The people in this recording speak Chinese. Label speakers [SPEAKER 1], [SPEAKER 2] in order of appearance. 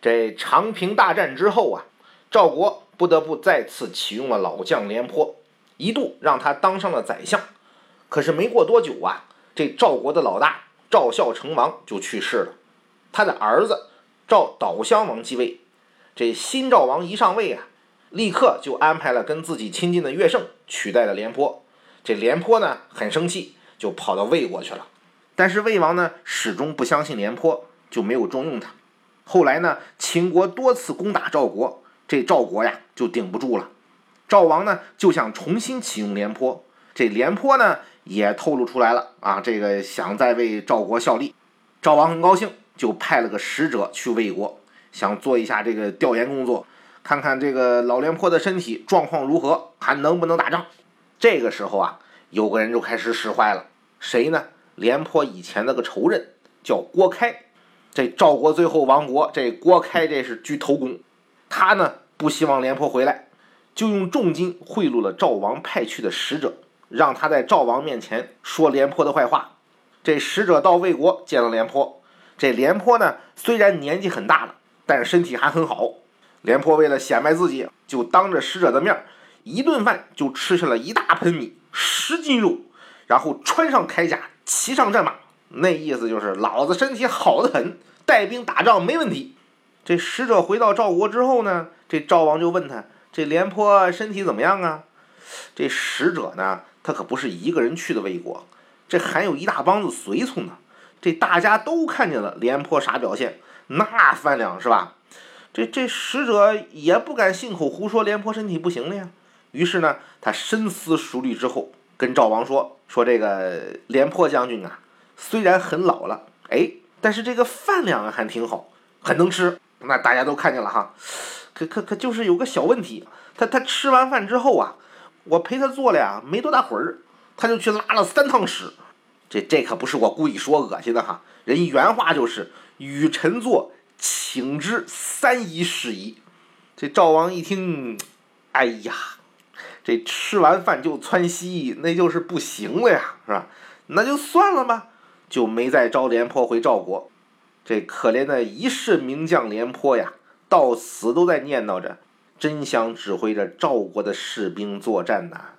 [SPEAKER 1] 这长平大战之后啊，赵国不得不再次启用了老将廉颇，一度让他当上了宰相。可是没过多久啊，这赵国的老大赵孝成王就去世了，他的儿子赵导襄王继位。这新赵王一上位啊，立刻就安排了跟自己亲近的乐胜取代了廉颇。这廉颇呢很生气，就跑到魏国去了。但是魏王呢始终不相信廉颇，就没有重用他。后来呢，秦国多次攻打赵国，这赵国呀就顶不住了。赵王呢就想重新启用廉颇，这廉颇呢也透露出来了啊，这个想再为赵国效力。赵王很高兴，就派了个使者去魏国，想做一下这个调研工作，看看这个老廉颇的身体状况如何，还能不能打仗。这个时候啊，有个人就开始使坏了，谁呢？廉颇以前那个仇人叫郭开。这赵国最后亡国，这郭开这是居头功。他呢不希望廉颇回来，就用重金贿赂了赵王派去的使者，让他在赵王面前说廉颇的坏话。这使者到魏国见了廉颇，这廉颇呢虽然年纪很大了，但是身体还很好。廉颇为了显摆自己，就当着使者的面，一顿饭就吃下了1大盆米，10斤肉，然后穿上铠甲，骑上战马。那意思就是老子身体好得很，带兵打仗没问题。这使者回到赵国之后呢，这赵王就问他，这廉颇身体怎么样啊？这使者呢，他可不是一个人去的魏国，这还有一大帮子随从呢。这大家都看见了廉颇啥表现，那饭量是吧？这使者也不敢信口胡说廉颇身体不行了呀。于是呢，他深思熟虑之后，跟赵王说这个廉颇将军啊，虽然很老了，但是这个饭量还挺好，很能吃。那大家都看见了哈，可就是有个小问题，他吃完饭之后啊，我陪他坐了呀，没多大会儿，他就去拉了3趟屎。这可不是我故意说恶心的哈，人原话就是与臣坐，请之3仪事宜。这赵王一听，哎呀，这吃完饭就窜稀，那就是不行了呀，是吧？那就算了吧，就没再招廉颇回赵国。这可怜的一世名将廉颇呀，到死都在念叨着，真想指挥着赵国的士兵作战呐。